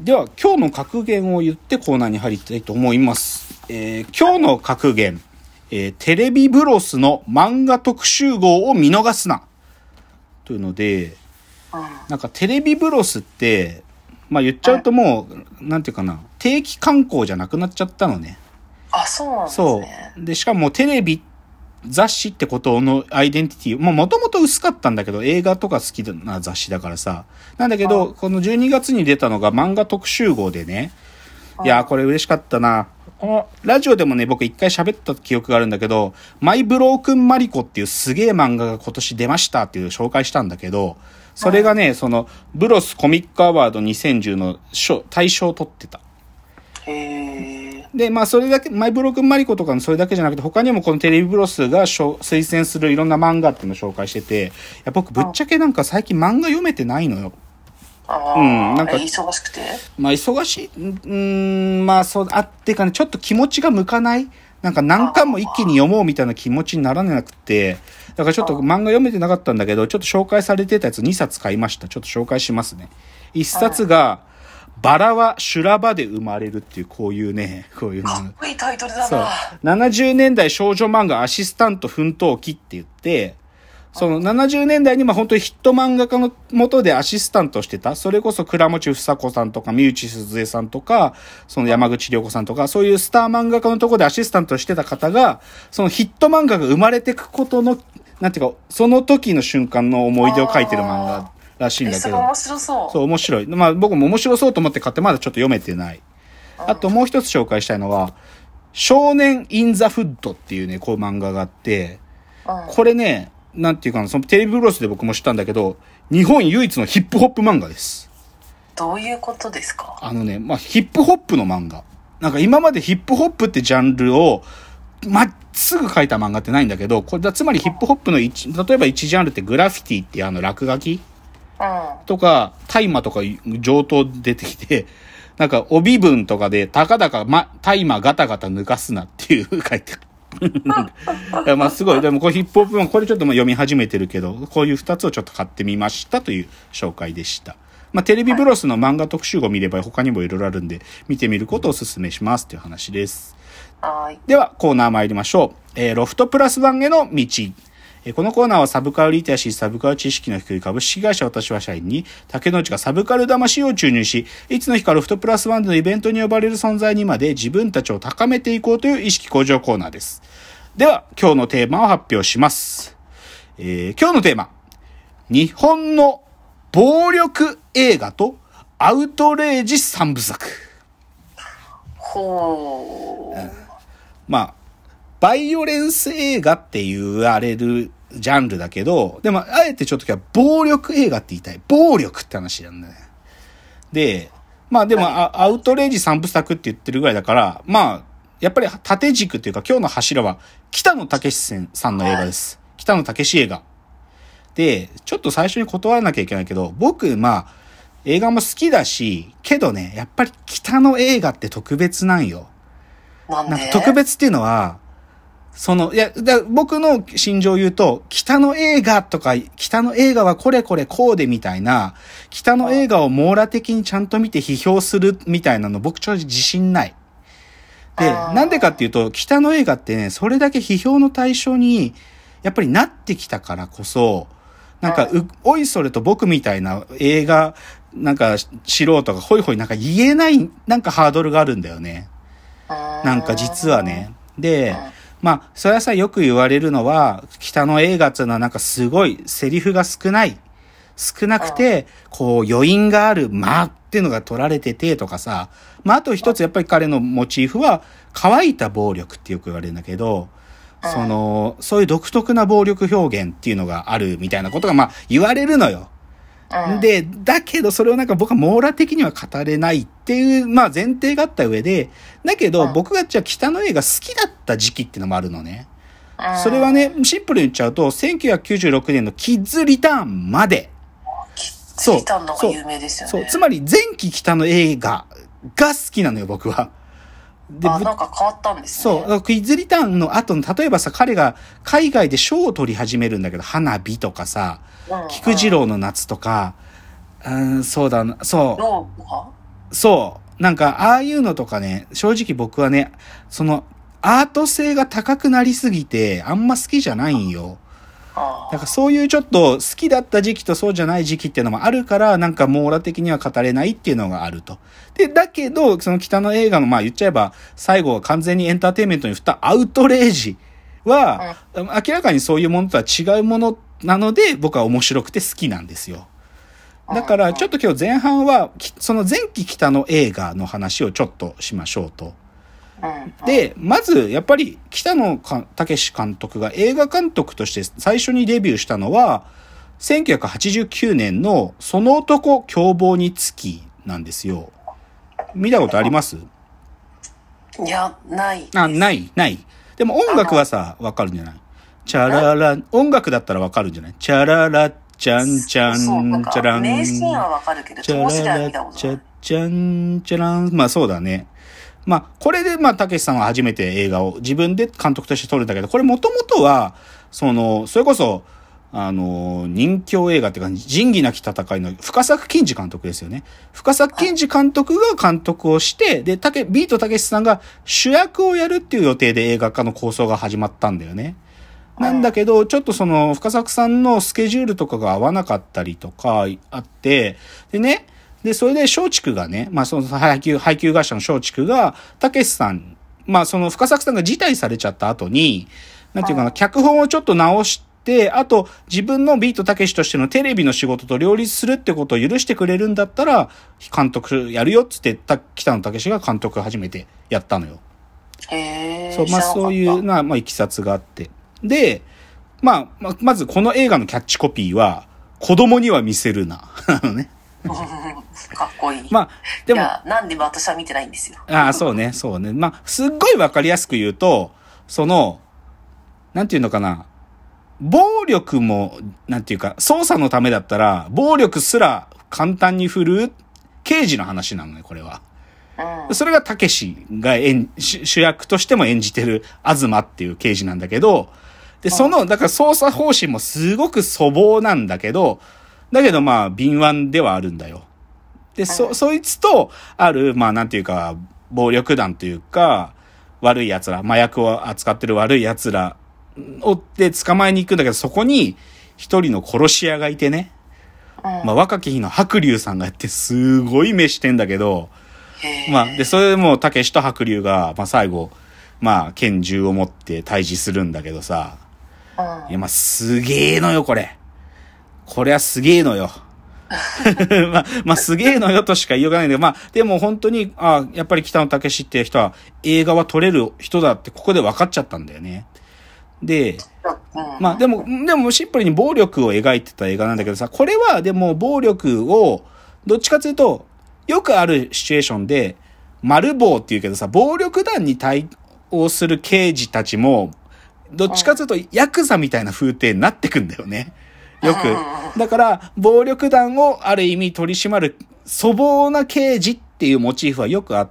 では今日の格言を言ってコーナーに入りたいと思います。今日の格言、テレビブロスの漫画特集号を見逃すなというので、なんかテレビブロスってまあ言っちゃうともうなんていうかな、定期刊行じゃなくなっちゃったのね。 あ、そうなんですね。 そうで、しかもテレビ雑誌ってことのアイデンティティもともと薄かったんだけど、映画とか好きな雑誌だからさ。なんだけど、この12月に出たのが漫画特集号でね。いやー、これ嬉しかったな。ラジオでもね、僕一回喋った記憶があるんだけど、マイブロークンマリコっていうすげえ漫画が今年出ましたっていう紹介したんだけど、それがね、その、ブロスコミックアワード2010の大賞を取ってた。で、まあそれだけ、マイブロークンマリコとかのそれだけじゃなくて、他にもこのテレビブロスが推薦するいろんな漫画っていうのを紹介してて、いや僕ぶっちゃけなんか最近漫画読めてないのよ。 なんか忙しくて、 まあ忙しい、まあそうあってかね、ちょっと気持ちが向かない、なんか何巻も一気に読もうみたいな気持ちにならなくて、だからちょっと漫画読めてなかったんだけど、ちょっと紹介されてたやつ2冊買いました。ちょっと紹介しますね。1冊がバラは修羅場で生まれるっていう、こういうね、こういうかっこいいタイトルだな。 そう、70年代少女漫画アシスタント奮闘記って言って、その70年代に本当にヒット漫画家の元でアシスタントしてた、それこそ倉持房子さんとか三内鈴江さんとか、その山口良子さんとか、そういうスター漫画家のところでアシスタントしてた方が、そのヒット漫画が生まれていくことの、なんていうか、その時の瞬間の思い出を書いてる漫画らしいんだけど。 面白そう。 そう、面白い。まあ僕も面白そうと思って買ってまだちょっと読めてない。あともう一つ紹介したいのは、少年インザフッドっていうね、こういう漫画があって、これね、なんていうかな、そのテレビブロスで僕も知ったんだけど、日本唯一のヒップホップ漫画です。 どういうことですか？ まあヒップホップの漫画。なんか今までヒップホップってジャンルをまっすぐ書いた漫画ってないんだけど、これだ、つまりヒップホップの例えば一ジャンルってグラフィティっていう落書きとか、大麻とか上等出てきて、なんか帯文とかで、たかだか、大麻ガタガタ抜かすなっていう書いてある。まあすごい。でもこれヒップホップもこれちょっと読み始めてるけど、こういう2つをちょっと買ってみましたという紹介でした。まあテレビブロスの漫画特集を見れば他にもいろいろあるんで、見てみることをお勧めしますという話です。ではコーナー参りましょう。ロフトプラスワンへの道。このコーナーはサブカルリテラシー、サブカル知識の低い株式会社私は社員に竹之内がサブカル魂を注入し、いつの日かロフトプラスワンでのイベントに呼ばれる存在にまで自分たちを高めていこうという意識向上コーナーです。では今日のテーマを発表します。今日のテーマ、日本の暴力映画とアウトレイジ3部作。まあバイオレンス映画って言われるジャンルだけど、でもあえてちょっと今日は暴力映画って言いたい。暴力って話なんだね。で、まあでもアウトレイジ3部作って言ってるぐらいだから、まあやっぱり縦軸っていうか今日の柱は北野武さんの映画です。北野武映画。で、ちょっと最初に断らなきゃいけないけど、僕映画も好きだし、けどね、やっぱり北野映画って特別なんよ。 なんか特別っていうのは、僕の心情を言うと、北野映画とか、北野映画はこれこれこうでみたいな、北野映画を網羅的にちゃんと見て批評するみたいなの僕正直自信ない。で、なんでかっていうと、北野映画ってね、それだけ批評の対象に、やっぱりなってきたからこそ、なんか、おいそれと僕みたいな映画、なんか素人がホイホイなんか言えない、なんかハードルがあるんだよね。なんか実はね。で、まあ、それはさ、よく言われるのは、北野映画っていうのはなんかすごいセリフが少なくて、こう余韻がある間っていうのが取られててとかさ、まああと一つやっぱり彼のモチーフは乾いた暴力ってよく言われるんだけど、そういう独特な暴力表現っていうのがあるみたいなことがまあ言われるのよ。で、だけどそれをなんか僕は網羅的には語れないっていう、まあ前提があった上で、だけど僕がじゃあ北野映画好きだった時期っていうのもあるのね。それはね、シンプルに言っちゃうと、1996年のキッズリターンまで。 キッズリターンの方が有名ですよね。 そう、つまり前期北野映画が好きなのよ、僕は。 で、なんか変わったんですね。 そう、キッズリターンの後の、例えばさ、彼が海外で賞を取り始めるんだけど、花火とかさ、菊次郎の夏とか、そうだな、そう。 そう。なんか、ああいうのとかね、正直僕はね、その、アート性が高くなりすぎて、あんま好きじゃないんよ。だからそういうちょっと好きだった時期とそうじゃない時期っていうのもあるから、なんか網羅的には語れないっていうのがあると。で、だけど、その北の映画の、まあ言っちゃえば、最後は完全にエンターテインメントに振ったアウトレイジは、明らかにそういうものとは違うものなので、僕は面白くて好きなんですよ。だから、ちょっと今日前半は、その前期北の映画の話をちょっとしましょうと。で、まず、やっぱり、北野武監督が映画監督として最初にデビューしたのは、1989年のその男凶暴につきなんですよ。見たことあります？ いや、ない。 ない。でも音楽はさ、わかるんじゃない？チャララ、音楽だったらわかるんじゃない？チャララ、チャンチャン、チャラン。 名シーンはわかるけど、投資では見たことない。 チャン、チャラン。まあそうだね。まあ、これで、まあ、たけしさんは初めて映画を自分で監督として撮るんだけど、これもともとは、それこそ、人気映画っていうか、仁義なき戦いの深作欣二監督ですよね。深作欣二監督が監督をして、で、ビートたけしさんが主役をやるっていう予定で映画化の構想が始まったんだよね。なんだけど、ちょっと深作さんのスケジュールとかが合わなかったりとかあって、でね、で、それで松竹がね、まあその配給会社の松竹が、たけしさん、まあその深作さんが辞退されちゃった後に、なんていうかな、脚本をちょっと直して、あと自分のビートたけしとしてのテレビの仕事と両立するってことを許してくれるんだったら、監督やるよっつって、北野武が監督初めてやったのよ。そう、まあそういうまあいきさつがあって。で、まずこの映画のキャッチコピーは、子供には見せるな。ね。 かっこいい。 まあ、でも。いや、なんで私は見てないんですよ。 そうね。まあ、すっごいわかりやすく言うと、なんていうのかな。暴力も、なんていうか、捜査のためだったら、暴力すら簡単に振る刑事の話なのね、これは。それがたけしが主役としても演じてる東っていう刑事なんだけど、で、だから捜査方針もすごく粗暴なんだけどまあ、敏腕ではあるんだよ。で、そいつと、ある、まあ、なんていうか、暴力団というか、悪い奴ら、麻薬を扱ってる悪い奴らで捕まえに行くんだけど、そこに一人の殺し屋がいてね。まあ、若き日の白龍さんがやって、すごい目してんだけど、まあ、で、それでもう、たけしと白龍が、まあ、最後、まあ、拳銃を持って対峙するんだけどさ、いや、まあ、すげえのよ、これ。これはすげえのよ。まあ、すげえのよとしか言いようがないんだけど、まあ、でも本当に、やっぱり北野武っていう人は映画は撮れる人だってここで分かっちゃったんだよね。で、まあ、でもシンプルに暴力を描いてた映画なんだけどさ、これはでも暴力を、どっちかというと、よくあるシチュエーションで、丸棒っていうけどさ、暴力団に対応する刑事たちも、どっちかというと、ヤクザみたいな風景になってくんだよね。よく。だから、暴力団をある意味取り締まる粗暴な刑事っていうモチーフはよくあって、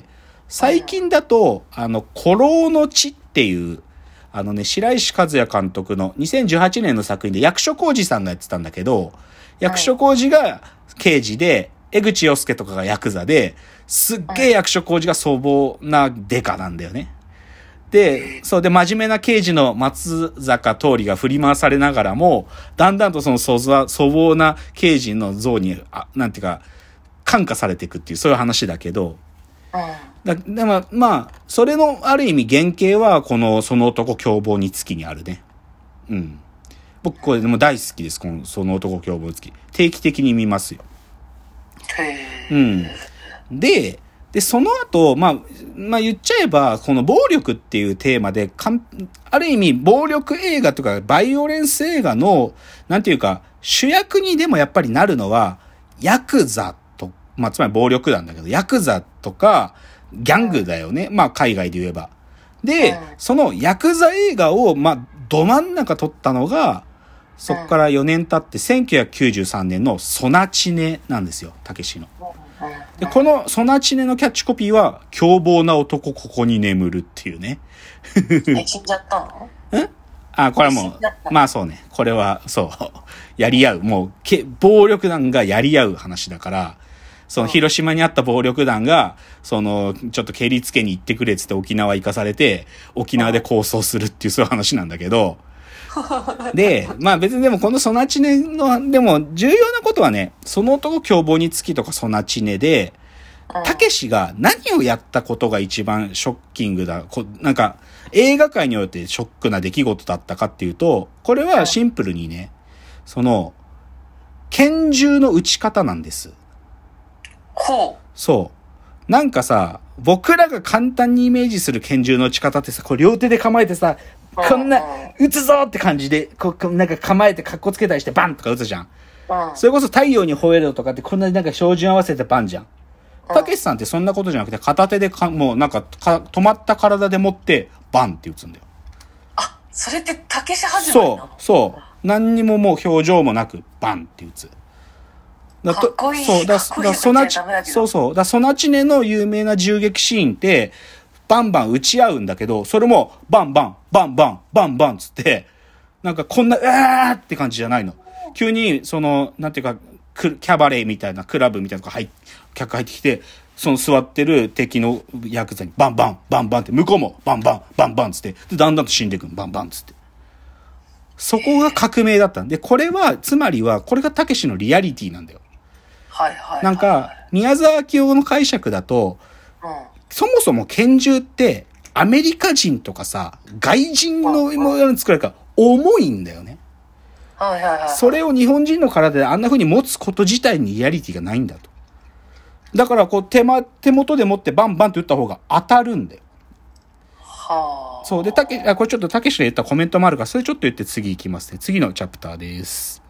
最近だと、孤狼の地っていう、白石和也監督の2018年の作品で役所広司さんがやってたんだけど、役所広司が刑事で、江口洋介とかがヤクザで、すっげえ役所広司が粗暴なデカなんだよね。で、そうで、真面目な刑事の松坂桃李が振り回されながらも、だんだんとその粗暴な刑事の像に、なんていうか、感化されていくっていう、そういう話だけど、でも、まあ、それのある意味原型は、その男凶暴につきにあるね。うん。僕、これでも大好きです、その男凶暴につき。定期的に見ますよ。うん。で、その後、まあ言っちゃえば、この暴力っていうテーマで、ある意味暴力映画とかバイオレンス映画の、なんていうか、主役にでもやっぱりなるのは、ヤクザと、まあつまり暴力団だけど、ヤクザとか、ギャングだよね。まあ海外で言えば。で、そのヤクザ映画を、まあ、ど真ん中撮ったのが、そっから4年経って1993年のソナチネなんですよ、たけしの。で、このソナチネのキャッチコピーは、凶暴な男ここに眠るっていうね。 死んじゃったの？ これはもう、まあそうね。これは、そう。やり合う。もう、暴力団がやり合う話だから、 その広島にあった暴力団が、ちょっと蹴りつけに行ってくれっつって沖縄行かされて、沖縄で抗争するっていうそういう話なんだけど、で、まあ別にでもこのソナチネの、でも重要なことはね、その男凶暴につきとかソナチネで、たけしが何をやったことが一番ショッキングだ、なんか映画界においてショックな出来事だったかっていうと、これはシンプルにね、拳銃の撃ち方なんです。 ほう。 そう。なんかさ、僕らが簡単にイメージする拳銃の撃ち方ってさ、こう両手で構えてさ、こんな、撃つぞって感じで、なんか構えてカッコつけたりしてバンとか撃つじゃん。それこそ太陽に吠えろとかってこんなになんか照準合わせてバンじゃん。たけしさんってそんなことじゃなくて片手でもうなんか止まった体で持ってバンって撃つんだよ。 あ、それってたけし始まりなの？ そう。何にももう表情もなくバンって撃つ。 かっこいい。 そう、ソナチネの有名な銃撃シーンって、バンバン撃ち合うんだけど、それも、バンバン、バンバン、バンバンつって、なんかこんな、うーって感じじゃないの。急に、なんていうか、キャバレーみたいな、クラブみたいなのが客入ってきて、座ってる敵のヤクザに、バンバン、バンバンって、向こうも、バンバン、バンバンつって、で、だんだんと死んでいくの、バンバンつって。そこが革命だったんで、これは、つまりは、これがたけしのリアリティなんだよ。 はいはい。 なんか、宮沢明夫の解釈だと、そもそも拳銃って、アメリカ人とかさ、外人のものに作られるから、重いんだよね。 はいはいはい。 それを日本人の体であんな風に持つこと自体にリアリティがないんだと。だから、手元で持ってバンバンって打った方が当たるんだよ。 はあ。 そう。で、これちょっとたけしが言ったコメントもあるから、それちょっと言って次行きますね。次のチャプターです。